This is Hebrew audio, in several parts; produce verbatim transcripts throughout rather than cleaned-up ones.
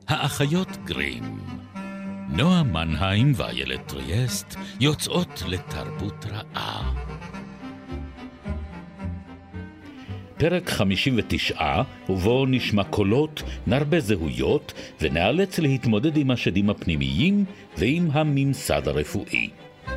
האחיות גרים. נועה מנהיים ואיילת טריאסט יוצאות לתרבות רעה. פרק חמישים ותשע, ובו נשמע קולות, נרבה זהויות, ונאלץ להתמודד עם השדים הפנימיים ועם הממסד הרפואי.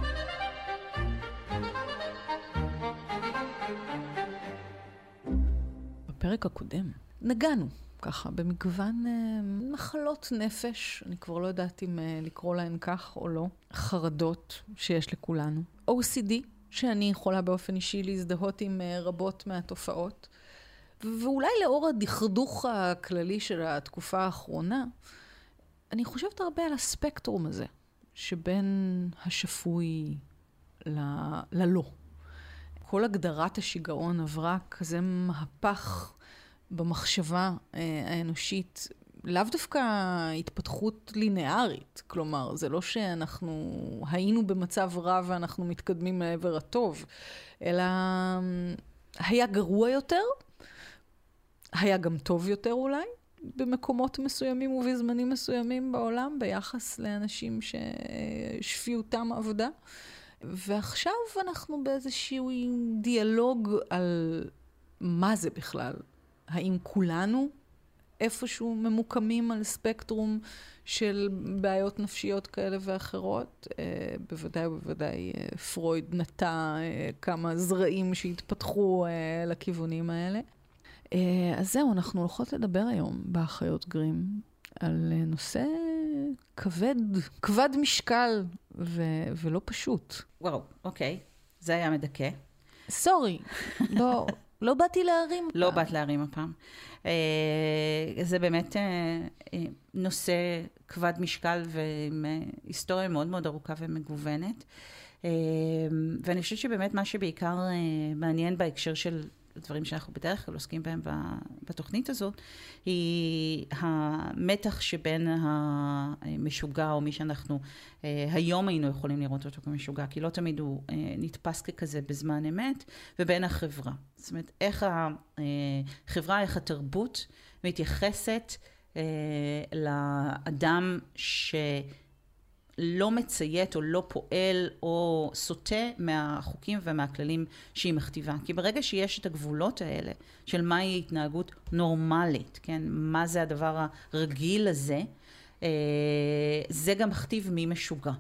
בפרק הקודם נגענו ככה במגוון uh, מחלות נפש, אני כבר לא יודעת אם uh, לקרוא להן כך או לא, חרדות שיש לכולנו, או סי די, שאני יכולה באופן אישי להזדהות עם uh, רבות מהתופעות, ואולי לאור הדכדוך הכללי של התקופה האחרונה, אני חושבת הרבה על הספקטרום הזה, שבין השפוי ל- ללא. כל הגדרת השיגעון עברה כזה מהפך במחשבה האנושית, לאו דווקא התפתחות לינארית, כלומר, זה לא שאנחנו היינו במצב רע ואנחנו מתקדמים לעבר הטוב, אלא היה גרוע יותר, היה גם טוב יותר אולי, במקומות מסוימים ובזמנים מסוימים בעולם, ביחס לאנשים ששפיותם עבודה. ועכשיו אנחנו באיזשהו דיאלוג על מה זה בכלל. האם כולנו איפשהו ממוקמים על ספקטרום של בעיות נפשיות כאלה ואחרות? בוודאי ובוודאי פרויד נטע כמה זרעים שהתפתחו לכיוונים האלה. אז זהו, אנחנו הולכות לדבר היום באחיות גרים על נושא כבד, כבד משקל ו- ולא פשוט. וואו, אוקיי. זה היה מדכא. סורי, לא, לא באתי להרים. לא באת להרים הפעם. זה באמת נושא כבד משקל ועם היסטוריה מאוד מאוד ארוכה ומגוונת. ואני חושבת שבאמת מה שבעיקר מעניין בהקשר של הדברים שאנחנו בדרך כלל עוסקים בהם בתוכנית הזאת, היא המתח שבין המשוגע, או מי שאנחנו היום היינו יכולים לראות אותו כמשוגע, כי לא תמיד הוא נתפס ככזה בזמן אמת, ובין החברה. זאת אומרת, איך החברה, איך התרבות מתייחסת לאדם ש... לא מציית או לא פועל או סוטה מהחוקים ומהכללים שהיא מכתיבה. כי ברגע שיש את הגבולות האלה של מהי התנהגות נורמלית, כן? מה זה הדבר הרגיל הזה, זה גם מכתיב מי משוגע.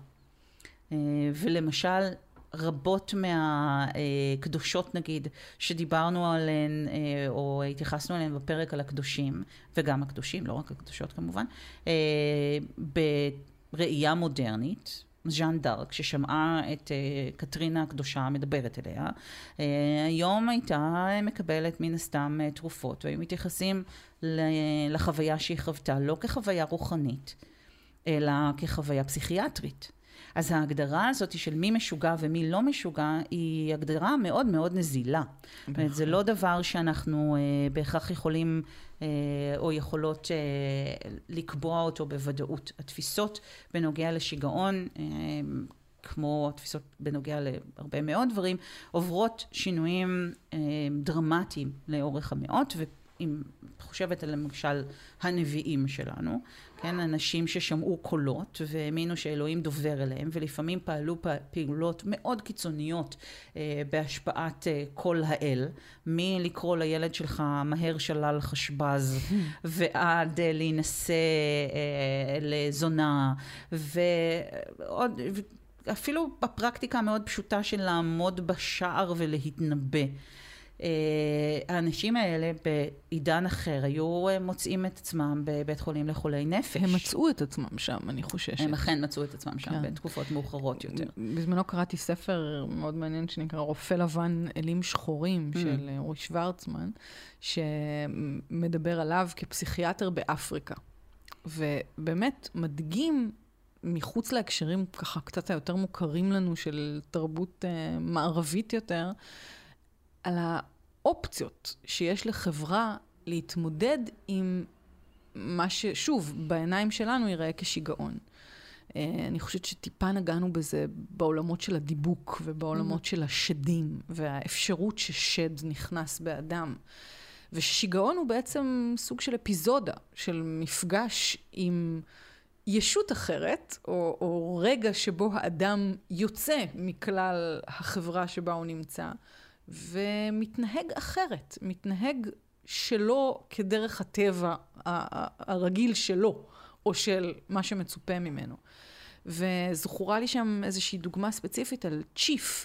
ולמשל, רבות מהקדושות נגיד, שדיברנו עליהן או התייחסנו עליהן בפרק על הקדושים, וגם הקדושים, לא רק הקדושות כמובן, ב... ראייה מודרנית, ז'אן דארק, ששמעה את uh, קטרינה הקדושה מדברת אליה, uh, היום הייתה מקבלת מן הסתם uh, תרופות, והיו מתייחסים לחוויה שהיא חוותה, לא כחוויה רוחנית, אלא כחוויה פסיכיאטרית. אז ההגדרה הזאת של מי משוגע ומי לא משוגע, היא הגדרה מאוד מאוד נזילה. באמת, זה לא דבר שאנחנו uh, בהכרח יכולים uh, או יכולות uh, לקבוע אותו בוודאות. התפיסות בנוגע לשיגעון, uh, כמו התפיסות בנוגע להרבה מאוד דברים, עוברות שינויים uh, דרמטיים לאורך המאות, ואם חושבת על למשל הנביאים שלנו, כן, אנשים ששמעו קולות והאמינו שאלוהים דובר אליהם, ולפעמים פעלו פעולות מאוד קיצוניות אה, בהשפעת אה, כל האל, מלקרוא לילד שלך מהר שלל חשבז, ועד אה, להינשא אה, לזונה, ועוד, אפילו בפרקטיקה המאוד פשוטה של לעמוד בשער ולהתנבא. האנשים האלה בעידן אחר היו מוצאים את עצמם בבית חולים לחולי נפש. הם מצאו את עצמם שם, אני חוששת. הם אכן מצאו את עצמם שם, בתקופות מאוחרות יותר. בזמנו קראתי ספר מאוד מעניין שנקרא רופא לבן אלים שחורים של אורי שוורצמן, שמדבר עליו כפסיכיאטר באפריקה. ובאמת מדגים מחוץ להקשרים ככה קצת היותר מוכרים לנו של תרבות מערבית יותר, על האופציות שיש לחברה להתמודד עם מה ששוב, בעיניים שלנו ייראה כשיגעון. אני חושבת שטיפה נגענו בזה בעולמות של הדיבוק ובעולמות של השדים והאפשרות ששד נכנס באדם. ושיגעון הוא בעצם סוג של אפיזודה, של מפגש עם ישות אחרת, או, או רגע שבו האדם יוצא מכלל החברה שבה הוא נמצא, ומתנהג אחרת, מתנהג שלא כדרך הטבע הרגיל שלו, או של מה שמצופה ממנו. וזכורה לי שם איזושהי דוגמה ספציפית על צ'יף,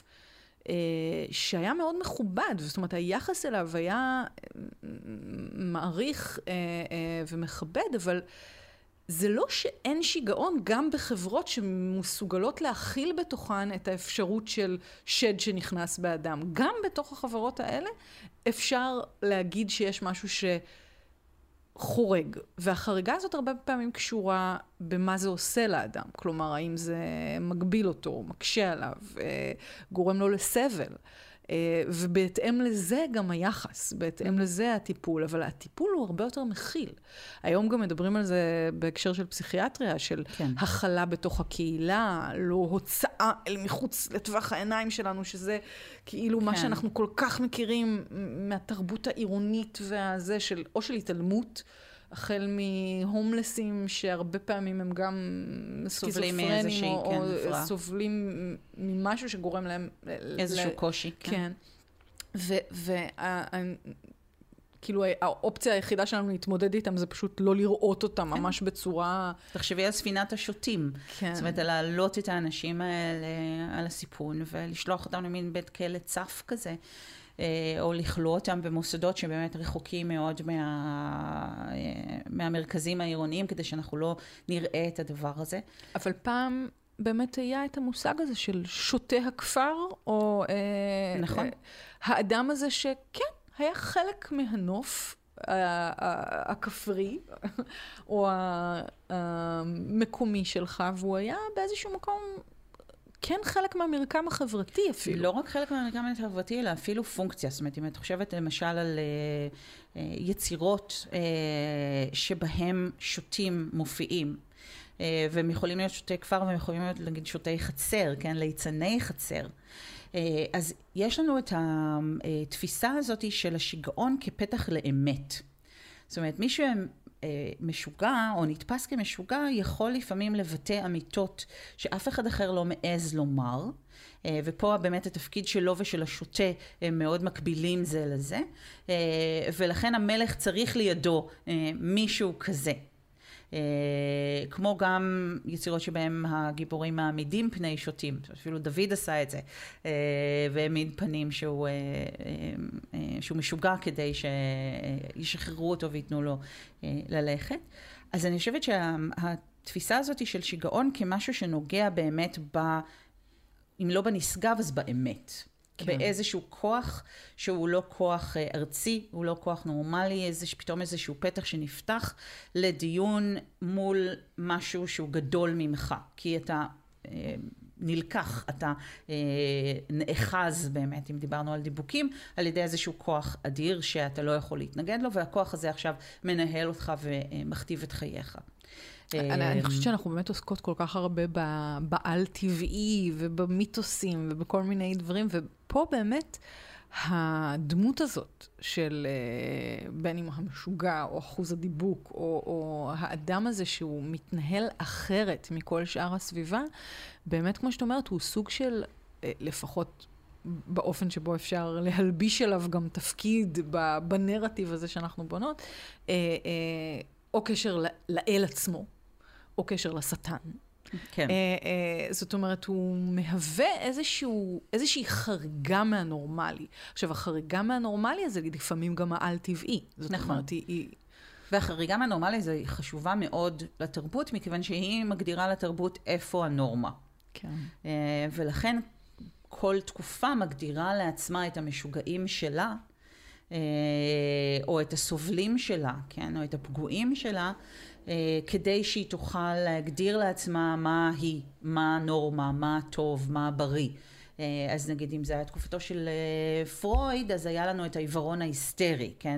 שהיה מאוד מכובד, זאת אומרת, היחס אליו היה מעריך ומכבד, אבל זה לא שאין שיגעון גם בחברות שמסוגלות להכיל בתוכן את האפשרות של שד שנכנס באדם. גם בתוך החברות האלה אפשר להגיד שיש משהו שחורג, והחריגה הזאת הרבה פעמים קשורה במה זה עושה לאדם. כלומר, האם זה מגביל אותו, מקשה עליו, גורם לו לסבל. ובהתאם לזה גם היחס, בהתאם לזה הטיפול, אבל הטיפול הוא הרבה יותר מכיל. היום גם מדברים על זה בהקשר של פסיכיאטריה, של כן. הכלה בתוך הקהילה, לא הוצאה אל מחוץ לטווח העיניים שלנו, שזה כאילו כן. מה שאנחנו כל כך מכירים מהתרבות העירונית והזה של, או של התעלמות, החל מהומלסים שהרבה פעמים הם גם סובלים מאיזושהי, או, כן, או הפרעה. סובלים ממשהו שגורם להם איזשהו ל... קושי. כן. ו... ו... כאילו האופציה היחידה שלנו להתמודד איתם זה פשוט לא לראות אותם כן. ממש בצורה... תחשבי על ספינת השוטים. כן. זאת אומרת, להעלות את האנשים האלה על הסיפון ולשלוח אותם למין בית כלא צף כזה. או לכלוא אותם במוסדות שבאמת רחוקים מאוד מה, מהמרכזים העירוניים, כדי שאנחנו לא נראה את הדבר הזה. אבל פעם באמת היה את המושג הזה של שוטה הכפר, או נכון. האדם הזה שכן, היה חלק מהנוף הכפרי, או המקומי שלך, והוא היה באיזשהו מקום... כן חלק מהמרקם החברתי אפילו. לא רק חלק מהמרקם החברתי, אלא אפילו פונקציה. זאת אומרת, אם את חושבת למשל על uh, uh, יצירות uh, שבהם שוטים מופיעים, uh, והם יכולים להיות שוטי כפר, והם יכולים להיות, נגיד, שוטי חצר, כן? ליצני חצר. Uh, אז יש לנו את התפיסה הזאת של השיגעון כפתח לאמת. זאת אומרת, מי שהם... משוגע או נתפס כמשוגע יכול לפעמים לבטא אמיתות שאף אחד אחר לא מעז לומר, ופה באמת התפקיד שלו ושל השוטה הם מאוד מקבילים זה לזה, ולכן המלך צריך לידו מישהו כזה. כמו גם יצירות שבהם הגיבורים מעמידים פני שוטים, אפילו דוד עשה את זה, והעמיד פנים שהוא, שהוא משוגע כדי שישחררו אותו ויתנו לו ללכת. אז אני חושבת שהתפיסה הזאת של שיגעון כמשהו שנוגע באמת ב, אם לא בנשגב אז באמת. כן. באיזשהו כוח שהוא לא כוח ארצי, הוא לא כוח נורמלי, איזה, פתאום איזשהו פתח שנפתח לדיון מול משהו שהוא גדול ממך, כי אתה אה, נלקח, אתה אה, נאחז באמת, אם דיברנו על דיבוקים, על ידי איזשהו כוח אדיר שאתה לא יכול להתנגד לו, והכוח הזה עכשיו מנהל אותך ומכתיב את חייך. אני, אני חושבת שאנחנו באמת עוסקות כל כך הרבה בעל טבעי ובמיתוסים ובכל מיני דברים, ופה באמת הדמות הזאת של בין אם המשוגע או אחוז הדיבוק או, או האדם הזה שהוא מתנהל אחרת מכל שאר הסביבה, באמת כמו שאת אומרת הוא סוג של לפחות באופן שבו אפשר להלביש עליו גם תפקיד בנרטיב הזה שאנחנו בונות, או קשר לאל עצמו, או קשר לשטן. כן. זאת אומרת, הוא מהווה איזשהו, איזושהי חריגה מהנורמלי. עכשיו, החריגה מהנורמלי הזה לפעמים גם העל-טבעי. זאת נכון. אומרת, היא... והחריגה מהנורמלי זה חשובה מאוד לתרבות, מכיוון שהיא מגדירה לתרבות איפה הנורמה. כן. ולכן כל תקופה מגדירה לעצמה את המשוגעים שלה, או את הסובלים שלה, כן? או את הפגועים שלה, כדי שהיא תוכל להגדיר לעצמה מה היא, מה הנורמה, מה הטוב, מה הבריא. אז נגיד אם זה היה תקופתו של פרויד, אז היה לנו את העיוורון ההיסטרי, כן?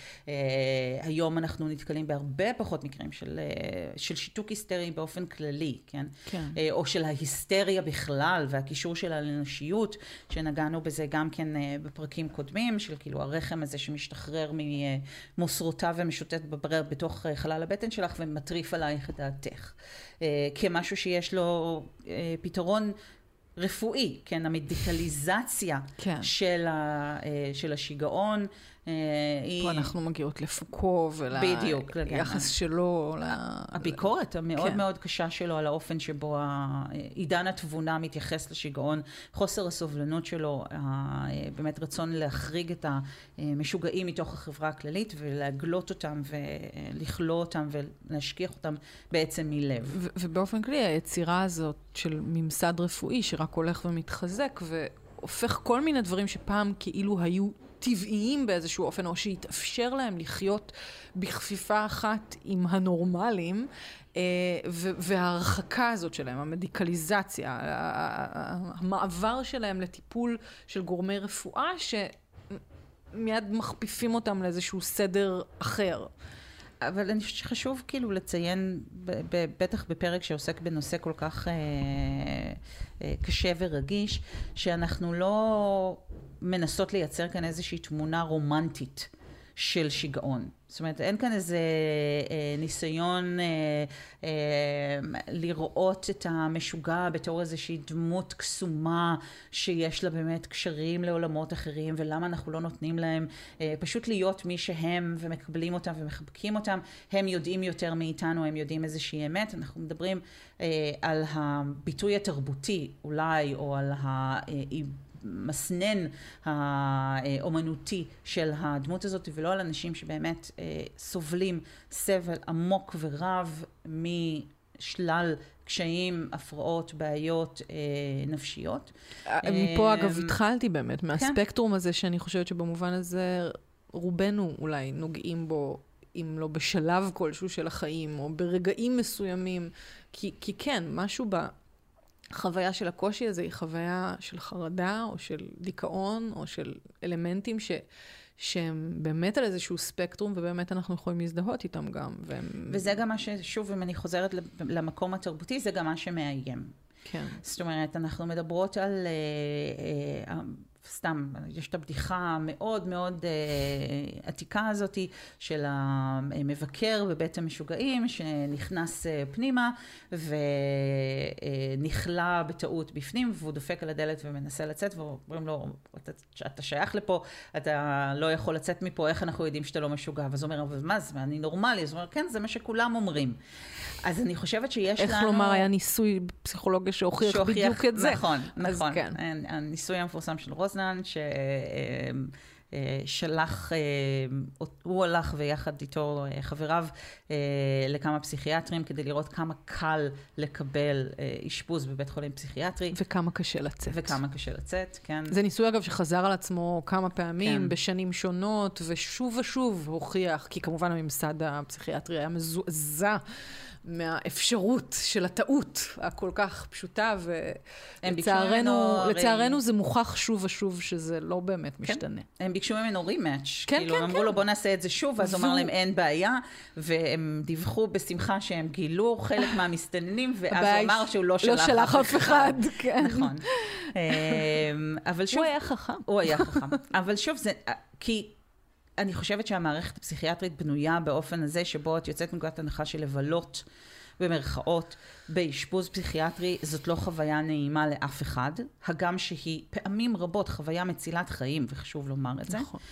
שהיום אנחנו נתקלים בהרבה פחות מקרים של, של שיתוק היסטרי באופן כללי, כן? כן. או של ההיסטריה בכלל, והקישור שלה לנשיות, שנגענו בזה גם כן בפרקים קודמים, של כאילו הרחם הזה שמשתחרר ממוסרותיו ומשוטט בברר בתוך חלל הבטן שלך ומטריף עלייך את דעתך. כמשהו שיש לו פתרון רפואי, כן, המדיקליזציה כן. של, ה, של השיגעון. פה היא... אנחנו מגיעות לפוקו וליחס שלו. הביקורת המאוד כן. מאוד קשה שלו על האופן שבו עידן התבונה מתייחס לשיגעון, חוסר הסובלנות שלו, באמת רצון להחריג את המשוגעים מתוך החברה הכללית ולהגלות אותם ולכלוא אותם ולהשכיח אותם בעצם מלב. ובאופן כללי היצירה הזאת של ממסד רפואי שרק הולך ומתחזק והופך כל מיני דברים שפעם כאילו היו טבעיים באיזשהו אופן, או שהתאפשר להם לחיות בכפיפה אחת עם הנורמלים, וההרחקה הזאת שלהם, המדיקליזציה, המעבר שלהם לטיפול של גורמי רפואה, שמיד מכפיפים אותם לאיזשהו סדר אחר. אבל אני חושבת שחשוב כאילו לציין, בטח בפרק שעוסק בנושא כל כך אה, אה, קשה ורגיש, שאנחנו לא מנסות לייצר כאן איזושהי תמונה רומנטית של שיגעון. זאת אומרת, אין כאן איזה אה, ניסיון אה, אה, לראות את המשוגע בתור איזושהי דמות קסומה שיש לה באמת קשרים לעולמות אחרים, ולמה אנחנו לא נותנים להם אה, פשוט להיות מי שהם ומקבלים אותם ומחבקים אותם. הם יודעים יותר מאיתנו, הם יודעים איזושהי אמת. אנחנו מדברים אה, על הביטוי התרבותי אולי, או על ה... אה, מסנן האומנותי של הדמות הזאת, ולא על אנשים שבאמת סובלים סבל עמוק ורב משלל קשיים, הפרעות, בעיות נפשיות. מפה אגב התחלתי באמת, מהספקטרום הזה שאני חושבת שבמובן הזה רובנו אולי נוגעים בו, אם לא בשלב כלשהו של החיים, או ברגעים מסוימים, כי, כי כן, משהו ב... החוויה של הקושי הזה היא חוויה של חרדה, או של דיכאון, או של אלמנטים ש, שהם באמת על איזשהו ספקטרום, ובאמת אנחנו יכולים להזדהות איתם גם. והם... וזה גם מה ששוב, אם אני חוזרת למקום התרבותי, זה גם מה שמאיים. כן. זאת אומרת, אנחנו מדברות על... אה, אה, סתם, יש את הבדיחה המאוד מאוד אה, עתיקה הזאת של המבקר בבית המשוגעים שנכנס אה, פנימה ונכלה בטעות בפנים והוא דופק על הדלת ומנסה לצאת ואומרים לו, אתה, אתה שייך לפה, אתה לא יכול לצאת מפה, איך אנחנו יודעים שאתה לא משוגע? ואז הוא אומר, אבל מה זה? אני נורמלי. אז הוא אומר, כן, זה מה שכולם אומרים. אז אני חושבת שיש איך לנו... איך לומר, היה ניסוי בפסיכולוגיה שהוכיח, שהוכיח בדיוק את זה. נכון, נכון. כן. הניסוי המפורסם של רוזנן, ששלח, הוא הלך ויחד איתו חבריו לכמה פסיכיאטרים, כדי לראות כמה קל לקבל אשפוז בבית חולים פסיכיאטרי. וכמה קשה לצאת. וכמה קשה לצאת, כן. זה ניסוי אגב שחזר על עצמו כמה פעמים, כן. בשנים שונות, ושוב ושוב הוכיח, כי כמובן הממסד הפסיכיאטרי היה מזועזע, מהאפשרות של הטעות הכל כך פשוטה, ולצערנו לצערנו זה מוכח שוב ושוב שזה לא באמת משתנה. הם ביקשו ממנו רימאץ', כאילו אמרו לו בוא נעשה את זה שוב, אז הוא אמר להם אין בעיה, והם דיווחו בשמחה שהם גילו חלק מהמסתננים, ואז הוא אמר שהוא לא שלח אף אחד. נכון. אבל שוב... הוא היה חכם. הוא היה חכם. אבל שוב זה... כי... אני חושבת שהמערכת הפסיכיאטרית בנויה באופן הזה שבו את יוצאת מנקודת הנחה של לבלות במרכאות באשפוז פסיכיאטרי, זאת לא חוויה נעימה לאף אחד, הגם שהיא פעמים רבות חוויה מצילת חיים, וחשוב לומר את זה. נכון.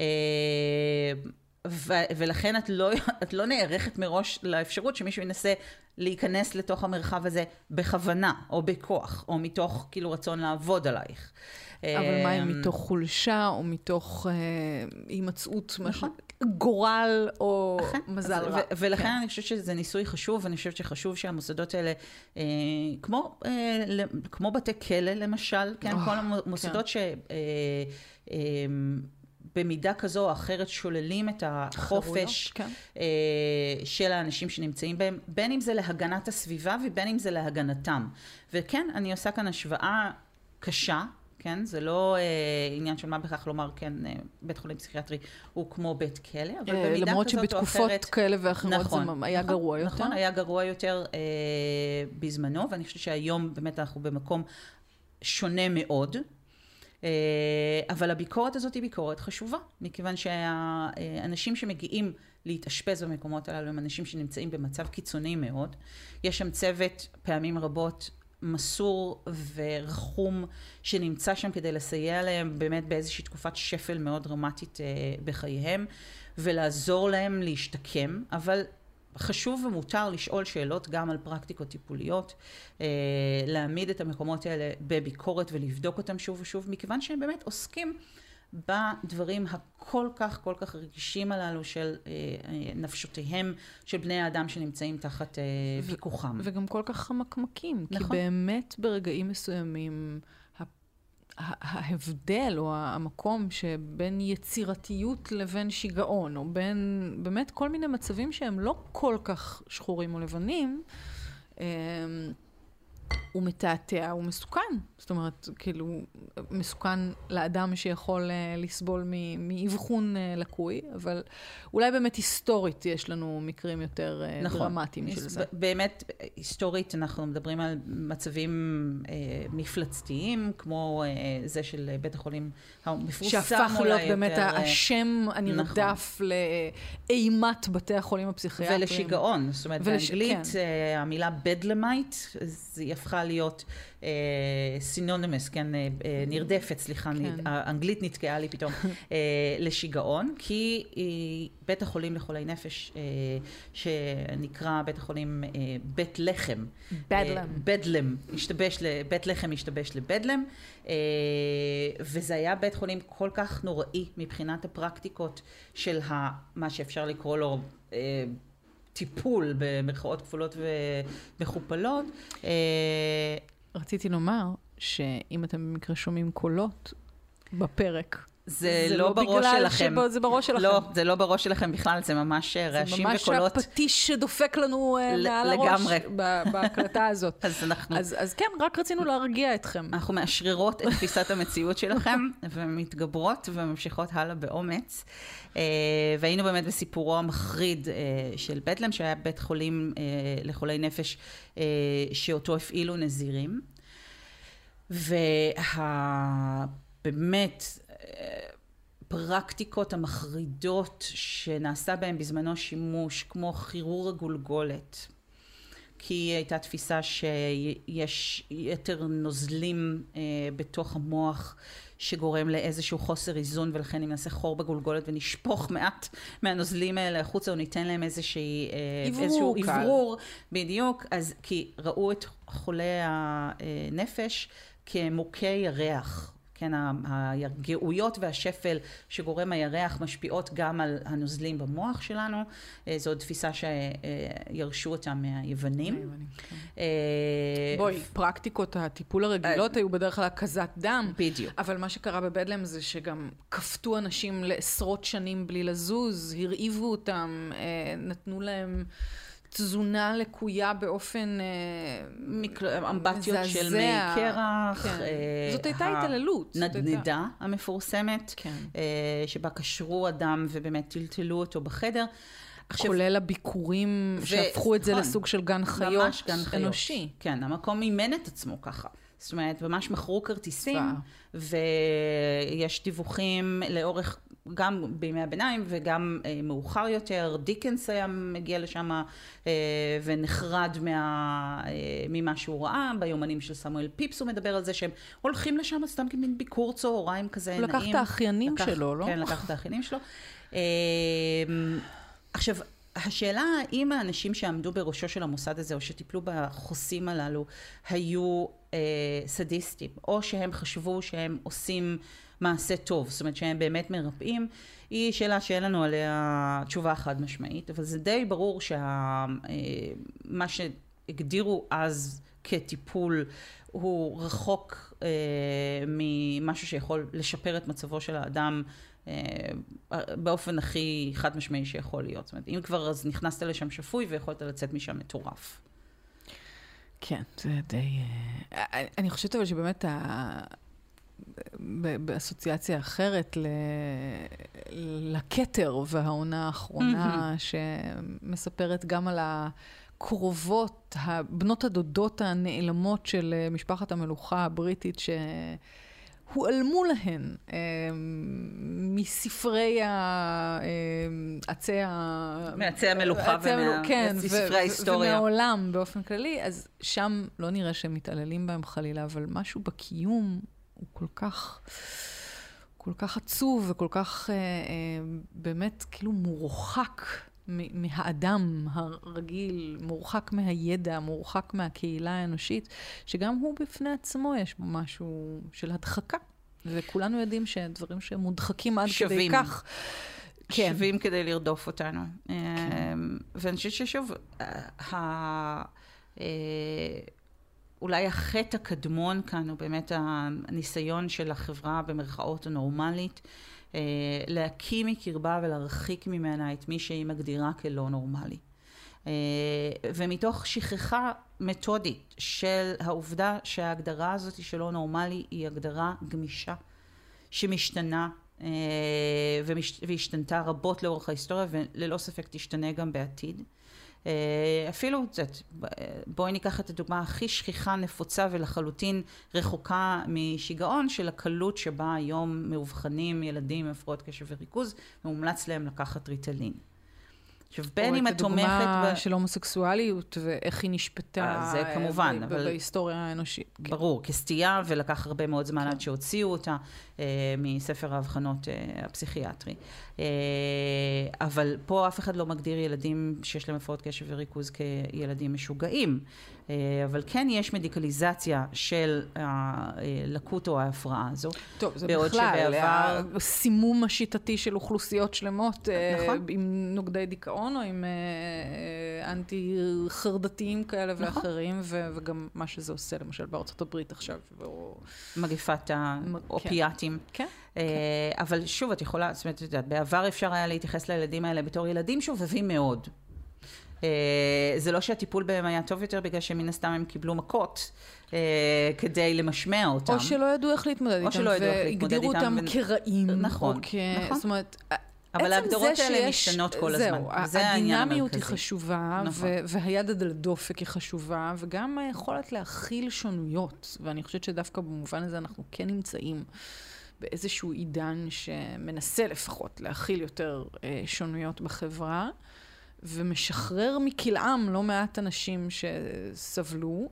ו- ולכן את לא, את לא נערכת מראש לאפשרות שמישהו ינסה להיכנס לתוך המרחב הזה בכוונה, או בכוח, או מתוך כאילו רצון לעבוד עלייך. אבל מה אם מתוך חולשה, או מתוך הימצאות, גורל, או מזל רע. ולכן אני חושבת שזה ניסוי חשוב, ואני חושבת שחשוב שהמוסדות האלה, כמו בתי כלא למשל, כל המוסדות ש... במידה כזו או אחרת שוללים את החופש כן. של האנשים שנמצאים בהם, בין אם זה להגנת הסביבה ובין אם זה להגנתם. וכן, אני עושה כאן השוואה קשה, כן? זה לא אה, עניין של מה בכך לומר, כן, אה, בית חולים פסיכיאטרי הוא כמו בית כלא, אבל במידה כזאת או אחרת... למרות שבתקופות כאלה ואחרות נכון, זה היה נכון, גרוע יותר. נכון, היה גרוע יותר אה, בזמנו, ואני חושבת שהיום באמת אנחנו במקום שונה מאוד, אה, אבל הביקורת הזאת היא ביקורת חשובה, מכיוון שהאנשים שמגיעים להתאשפז במקומות הללו הם אנשים שנמצאים במצב קיצוני מאוד. יש שם צוות פעמים רבות מסור ורחום שנמצא שם כדי לסייע להם באמת באיזושהי תקופת שפל מאוד דרמטית בחייהם ולעזור להם להשתקם, אבל חשוב ומותר לשאול שאלות גם על פרקטיקות טיפוליות, להעמיד את המקומות האלה בביקורת ולבדוק אותם שוב ושוב, מכיוון שהם באמת עוסקים בדברים הכל כך כל כך רגישים הללו של אה, נפשותיהם של בני האדם שנמצאים תחת אה, פיקוחם. וגם כל כך חמקמקים, נכון. כי באמת ברגעים מסוימים ההבדל או המקום שבין יצירתיות לבין שיגעון, או בין באמת כל מיני מצבים שהם לא כל כך שחורים או לבנים, אה, הוא מתעתע, הוא מסוכן. זאת אומרת, כאילו, מסוכן לאדם שיכול לסבול מאבחון לקוי, אבל אולי באמת היסטורית יש לנו מקרים יותר נכון. דרמטיים של זה. באמת, היסטורית אנחנו מדברים על מצבים אה, מפלצתיים, כמו אה, זה של בית החולים המפורסם. שהפך להיות באמת יותר, השם הנרדף נכון. לאימת בתי החולים הפסיכיאטריים. ולשיגעון. זאת אומרת, ולש... באנגלית כן. המילה בדלמייט, היא הפכה להיות סינונימוס, כן, נרדפת, סליחה, כן. האנגלית נתקעה לי פתאום, לשיגעון, כי בית החולים לחולי נפש, שנקרא בית החולים בית לחם. בדלם. בדלם, השתבש, בית לחם השתבש לבדלם, וזה היה בית חולים כל כך נוראי מבחינת הפרקטיקות של מה שאפשר לקרוא לו טיפול במרכאות כפולות ומכופלות. רציתי לומר שאם אתם במקרה שומעים קולות בפרק, זה, זה לא בראש שלכם. שבו, זה בראש שלכם. לא, זה לא בראש שלכם בכלל, זה ממש רעשים וקולות. זה ממש הפטיש שדופק לנו ל- מעל לגמרי. הראש בהקלטה הזאת. אז אנחנו... אז, אז כן, רק רצינו להרגיע אתכם. אנחנו מאשררות את תפיסת המציאות שלכם, ומתגברות וממשיכות הלאה באומץ. והיינו באמת בסיפורו המחריד של בדלם, שהיה בית חולים לחולי נפש, שאותו הפעילו נזירים. ובאמת... פרקטיקות המחרידות שנעשה בהם בזמנו שימוש, כמו חירור הגולגולת, כי הייתה תפיסה שיש יותר נוזלים אה, בתוך המוח שגורם לאיזשהו חוסר איזון, ולכן אם נעשה חור בגולגולת ונשפוך מעט מהנוזלים האלה החוצה, או ניתן להם איזושהי, אה, איזשהו עברור, בדיוק, אז כי ראו את חולי הנפש כמוכי ירח, כן, הגאויות והשפל שגורם הירח משפיעות גם על הנוזלים במוח שלנו. זו תפיסה שירשו אותם מהיוונים. בואי, פרקטיקות הטיפול הרגילות היו בדרך כלל הקזת דם. בדיוק. אבל מה שקרה בבדלם זה שגם כפתו אנשים לעשרות שנים בלי לזוז, הרעיבו אותם, נתנו להם... תזונה לקויה באופן אמבטיות של מי קרח. זאת הייתה התעללות. נדנדה המפורסמת, שבה קשרו אדם ובאמת טלטלו אותו בחדר. כולל הביקורים שהפכו את זה לסוג של גן חיות אנושי. כן, המקום מימן את עצמו ככה. זאת אומרת, ממש מכרו כרטיסים, ויש דיווחים לאורך... גם בימי הביניים וגם אה, מאוחר יותר, דיקנס היה מגיע לשם אה, ונחרד מה, אה, ממה שהוא ראה, ביומנים של סמואל פיפס הוא מדבר על זה שהם הולכים לשם סתם כמין ביקור צהריים כזה נעים. הוא לקח את האחיינים לקח, שלו, לא? כן, לקח את האחיינים שלו. אה, עכשיו, השאלה האם האנשים שעמדו בראשו של המוסד הזה, או שטיפלו בחוסים הללו, היו אה, סדיסטים, או שהם חשבו שהם עושים מעשה טוב, זאת אומרת שהם באמת מרפאים, היא שאלה שאין לנו עליה תשובה חד משמעית, אבל זה די ברור שמה שהגדירו אז כטיפול הוא רחוק אה, ממשהו שיכול לשפר את מצבו של האדם אה, באופן הכי חד משמעי שיכול להיות. זאת אומרת, אם כבר אז נכנסת לשם שפוי ויכולת לצאת משם מטורף. כן, זה די... אני חושבת אבל שבאמת באסוציאציה אחרת לכתר והעונה האחרונה שמספרת גם על הקרובות, בנות הדודות הנעלמות של משפחת המלוכה הבריטית שהועלמו להן מספרי עצי המלוכה ומספרי ההיסטוריה. ומהעולם באופן כללי, אז שם לא נראה שהם מתעללים בהם חלילה, אבל משהו בקיום הוא כל כך, כל כך עצוב וכל כך אה, אה, באמת כאילו מורחק מהאדם הרגיל, מורחק מהידע, מורחק מהקהילה האנושית, שגם הוא בפני עצמו יש בו משהו של הדחקה. וכולנו יודעים שדברים שהם מודחקים עד שווים. כדי כך. כן. שווים כדי לרדוף אותנו. כן. ואני חושבת ששוב, ה... אולי החטא הקדמון כאן הוא באמת הניסיון של החברה במרכאות הנורמלית, להקים מקרבה ולהרחיק ממנה את מי שהיא מגדירה כלא נורמלי. ומתוך שכחה מתודית של העובדה שההגדרה הזאת שלא נורמלי היא הגדרה גמישה, שמשתנה והשתנתה רבות לאורך ההיסטוריה וללא ספק תשתנה גם בעתיד. אפילו, בואי ניקח את הדוגמה הכי שכיחה, נפוצה ולחלוטין רחוקה משיגעון של הקלות שבה היום מאובחנים ילדים עם הפרעות קשב וריכוז, ומומלץ להם לקחת ריטלין. עכשיו, בין אם את תומכת... או את הדוגמה של הומוסקסואליות ואיך היא נשפטה זה כמובן, אבל... בהיסטוריה האנושית. ברור, כסטייה, ולקח הרבה מאוד זמן עד שהוציאו אותה מספר ההבחנות הפסיכיאטרי. אבל פה אף אחד לא מגדיר ילדים שיש להם הפרעות קשב וריכוז כילדים משוגעים. אבל כן יש מדיקליזציה של הלקות או ההפרעה הזו. טוב, זה בכלל, הסימום השיטתי של אוכלוסיות שלמות, נכון. עם נוגדי דיכאון או עם אנטי חרדתיים כאלה נכון. ואחרים, וגם מה שזה עושה למשל בארצות הברית עכשיו. מגפת האופיאטים. כן. כן. אבל שוב, את יכולה, זאת אומרת, בעבר אפשר היה להתייחס לילדים האלה בתור ילדים שובבים מאוד. זה לא שהטיפול בהם היה טוב יותר, בגלל שמן הסתם הם קיבלו מכות כדי למשמע אותם. או שלא ידעו איך להתמודד איתם, והגדירו אותם כרעים. נכון, נכון. זאת אומרת, אבל ההגדרות האלה משתנות כל הזמן. זהו, הדינמיות היא חשובה, והיד עד הדופק היא חשובה, וגם היכולת להכיל שונויות, ואני חושבת שדווקא במובן הזה אנחנו כן נמצאים באיזשהו עידן שמנסה לפחות להכיל יותר שונויות בחברה, ומשחרר מכלאם לא מעט אנשים שסבלו,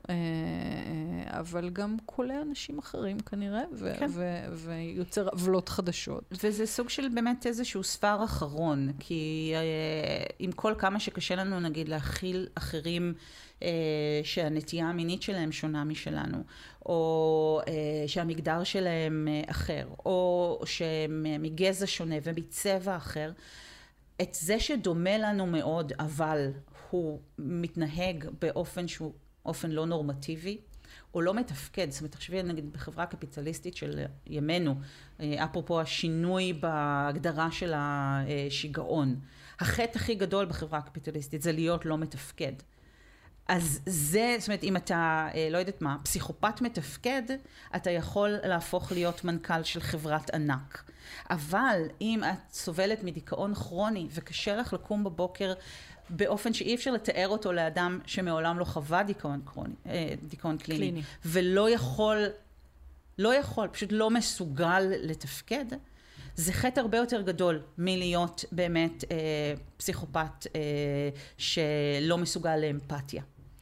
אבל גם כולל אנשים אחרים כנראה, כן. ויוצר עוולות חדשות. וזה סוג של באמת איזשהו ספר אחרון, כי עם כל כמה שקשה לנו נגיד להכיל אחרים שהנטייה המינית שלהם שונה משלנו, או שהמגדר שלהם אחר, או שהם מגזע שונה ומצבע אחר, את זה שדומה לנו מאוד, אבל הוא מתנהג באופן שהוא אופן לא נורמטיבי, או לא מתפקד. זאת אומרת, תחשבי, נגיד, בחברה קפיטליסטית של ימינו, אפרופו השינוי בהגדרה של השיגעון. החטא הכי גדול בחברה הקפיטליסטית זה להיות לא מתפקד. אז זה, זאת אומרת, אם אתה, לא יודעת מה, פסיכופת מתפקד, אתה יכול להפוך להיות מנכ"ל של חברת ענק. אבל אם את סובלת מדיכאון כרוני וקשה לך לקום בבוקר באופן שאי אפשר לתאר אותו לאדם שמעולם לא חווה דיכאון כרוני, דיכאון קליני, קליני. ולא יכול, לא יכול, פשוט לא מסוגל לתפקד, זה חטא הרבה יותר גדול מלהיות באמת אה, פסיכופת אה, שלא מסוגל לאמפתיה.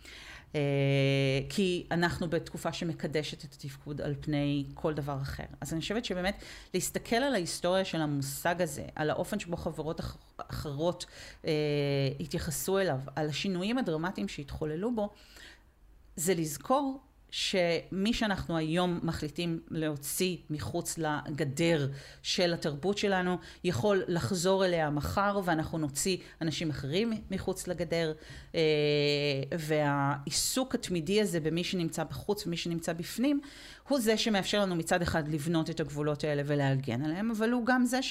כי אנחנו בתקופה שמקדשת את התפקוד על פני כל דבר אחר. אז אני חושבת שבאמת להסתכל על ההיסטוריה של המושג הזה, על האופן שבו חברות אחרות אה, התייחסו אליו, על השינויים הדרמטיים שהתחוללו בו, זה לזכור שמי שאנחנו היום מחליטים להוציא מחוץ לגדר של התרבות שלנו, יכול לחזור אליה מחר, ואנחנו נוציא אנשים אחרים מחוץ לגדר, והעיסוק התמידי הזה במי שנמצא בחוץ ומי שנמצא בפנים, הוא זה שמאפשר לנו מצד אחד לבנות את הגבולות האלה ולהגן עליהם, אבל הוא גם זה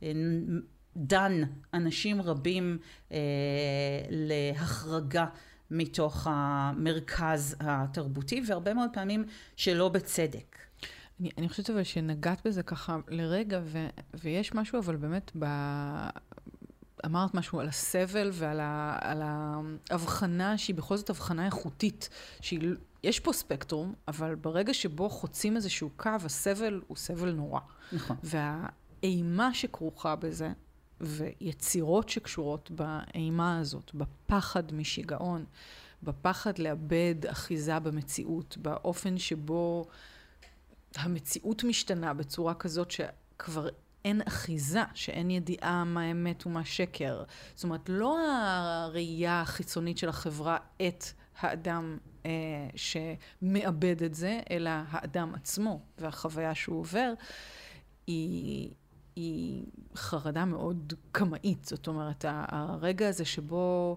שדן אנשים רבים להחרגה מתוך המרכז התרבותי, והרבה מאוד פעמים שלא בצדק. אני, אני חושבת אבל שנגעת בזה ככה לרגע, ו, ויש משהו אבל באמת, ב, אמרת משהו על הסבל ועל ה, על ההבחנה שהיא בכל זאת הבחנה איכותית, שיש פה ספקטרום, אבל ברגע שבו חוצים איזשהו קו, הסבל הוא סבל נורא. נכון. והאימה שכרוכה בזה, ויצירות שקשורות באימה הזאת, בפחד משיגעון, בפחד לאבד אחיזה במציאות, באופן שבו המציאות משתנה בצורה כזאת שכבר אין אחיזה, שאין ידיעה מה אמת ומה שקר. זאת אומרת, לא הראייה החיצונית של החברה את האדם אה, שמאבד את זה, אלא האדם עצמו והחוויה שהוא עובר, היא, היא חרדה מאוד קמאית. זאת אומרת, הרגע הזה שבו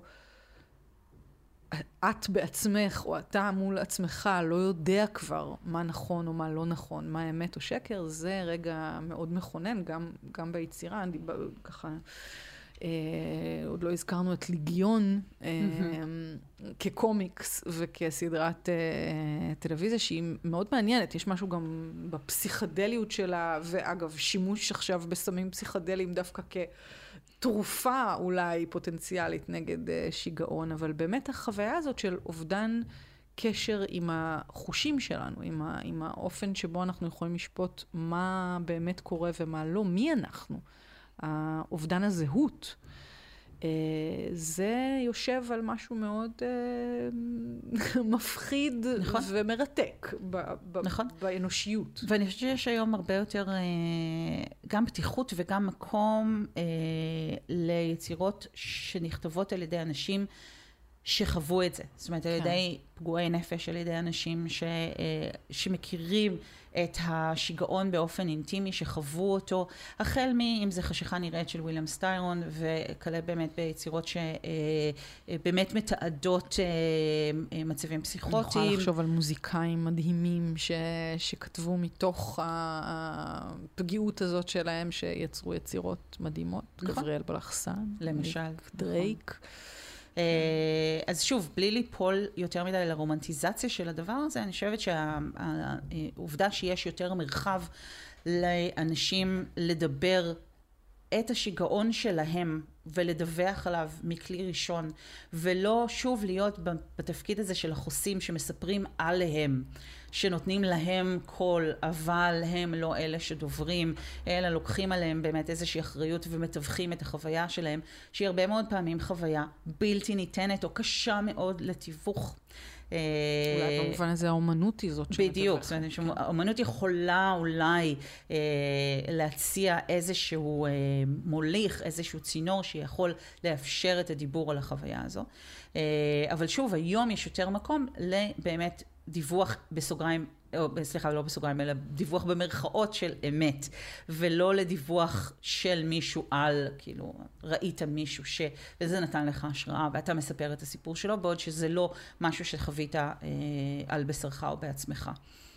את בעצמך או אתה מול עצמך לא יודע כבר מה נכון או מה לא נכון, מה אמת או שקר, זה רגע מאוד מכונן, גם, גם ביצירה. אני ככה, אה, עוד לא הזכרנו את ליגיון אה, כקומיקס וכסדרת אה, טלוויזיה שהיא מאוד מעניינת. יש משהו גם בפסיכדליות שלה, ואגב, שימוש עכשיו בסמים פסיכדליים דווקא כ... תרופה אולי פוטנציאלית נגד uh, שיגעון, אבל באמת החוויה הזאת של אובדן קשר עם החושים שלנו, עם, ה, עם האופן שבו אנחנו יכולים לשפוט מה באמת קורה ומה לא, מי אנחנו, האובדן הזהות, uh, זה יושב על משהו מאוד uh, מפחיד נכון. ומרתק ב, ב, נכון. באנושיות. ואני חושבת שיש היום הרבה יותר גם פתיחות וגם מקום ליצירות שנכתבות על ידי אנשים שחוו את זה. זאת אומרת, כן. על ידי פגועי נפש, על ידי אנשים ש, שמכירים את השיגעון באופן אינטימי, שחוו אותו, החל מאם זה חשיכה נראית של וויליאם סטיירון, וכלה באמת ביצירות שבאמת מתעדות מצבים פסיכוטיים. אני יכולה לחשוב על מוזיקאים מדהימים ש, שכתבו מתוך הפגיעות הזאת שלהם, שיצרו יצירות מדהימות. נכון. גבריאל בלחסן. למשל. דרייק. נכון. אז שוב, בלי ליפול יותר מדי לרומנטיזציה של הדבר הזה, אני חושבת שהעובדה שיש יותר מרחב לאנשים לדבר את השיגעון שלהם ולדווח עליו מכלי ראשון, ולא שוב להיות בתפקיד הזה של החוסים שמספרים עליהם, שנותנים להם קול, אבל הם לא אלה שדוברים, אלא לוקחים עליהם באמת איזושהי אחריות ומתווכים את החוויה שלהם, שהיא הרבה מאוד פעמים חוויה בלתי ניתנת או קשה מאוד לתיווך. אולי במובן הזה האומנות היא זאת שמתווכת. בדיוק, זאת אומרת, האומנות יכולה אולי אה, להציע איזשהו אה, מוליך, איזשהו צינור שיכול לאפשר את הדיבור על החוויה הזו. אה, אבל שוב, היום יש יותר מקום לבאמת דיווח בסוגריים, או סליחה, לא בסוגריים, אלא דיווח במרכאות של אמת, ולא לדיווח של מישהו על, כאילו, ראית מישהו ש... וזה נתן לך השראה, ואתה מספר את הסיפור שלו, בעוד שזה לא משהו שחווית אה, על בשרך או בעצמך.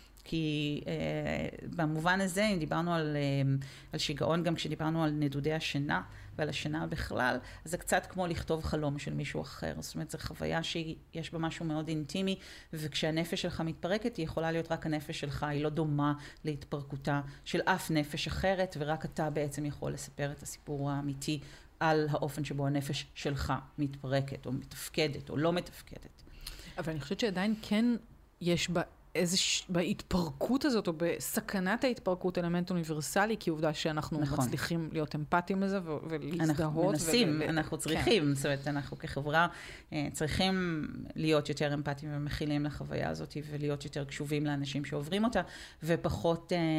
כי אה, במובן הזה, אם דיברנו על, אה, על שיגעון, גם כשדיברנו על נדודי השינה, ועל השינה בכלל, אז זה קצת כמו לכתוב חלום של מישהו אחר. זאת אומרת, זו חוויה שיש בה משהו מאוד אינטימי, וכשהנפש שלך מתפרקת, היא יכולה להיות רק הנפש שלך, היא לא דומה להתפרקותה של אף נפש אחרת, ורק אתה בעצם יכול לספר את הסיפור האמיתי על האופן שבו הנפש שלך מתפרקת, או מתפקדת, או לא מתפקדת. אבל אני חושבת שעדיין כן יש בה איזוש... בהתפרקות הזאת, או בסכנת ההתפרקות, אלמנט אוניברסלי, כי עובדה שאנחנו נכון. מצליחים להיות אמפתיים לזה ו... ולהזדהות. אנחנו מנסים, ול... אנחנו צריכים. כן. זאת אומרת, אנחנו כחברה צריכים להיות יותר אמפתיים ומכילים לחוויה הזאת, ולהיות יותר קשובים לאנשים שעוברים אותה, ופחות אה,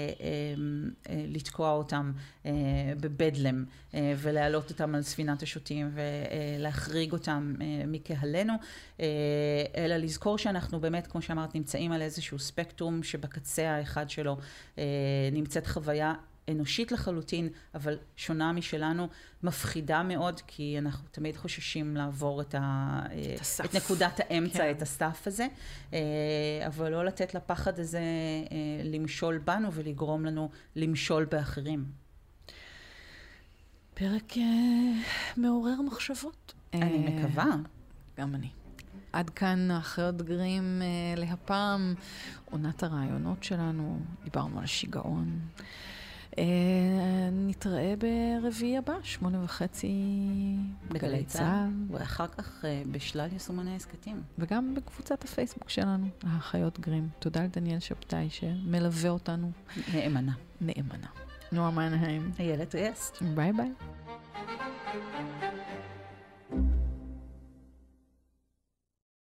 אה, אה, לתקוע אותם אה, בבדלם, אה, ולהעלות אותם על ספינת השוטים, ולהחריג אותם אה, מקהלנו, אה, אלא לזכור שאנחנו באמת, כמו שאמרת, נמצאים על איזשהו ספקטרום שבקצה האחד שלו אה, נמצאת חוויה אנושית לחלוטין, אבל שונה משלנו, מפחידה מאוד, כי אנחנו תמיד חוששים לעבור את, ה, את, את נקודת האמצע, כן. את הסף הזה, אה, אבל לא לתת לפחד הזה אה, למשול בנו ולגרום לנו למשול באחרים. פרק אה, מעורר מחשבות. אני אה, מקווה. גם אני. עד כאן האחיות גרים אה, להפעם, עונת הרעיונות שלנו, דיברנו על שיגעון. אה, נתראה ברביעי הבא, שמונה וחצי בגלי צהל. ואחר כך אה, בשלל יישומני העסקתים. וגם בקבוצת הפייסבוק שלנו, האחיות גרים. תודה לדניאל שבתאי שמלווה אותנו. נאמנה. נאמנה. נועה מנהיים. איילת ריאסט. ביי ביי.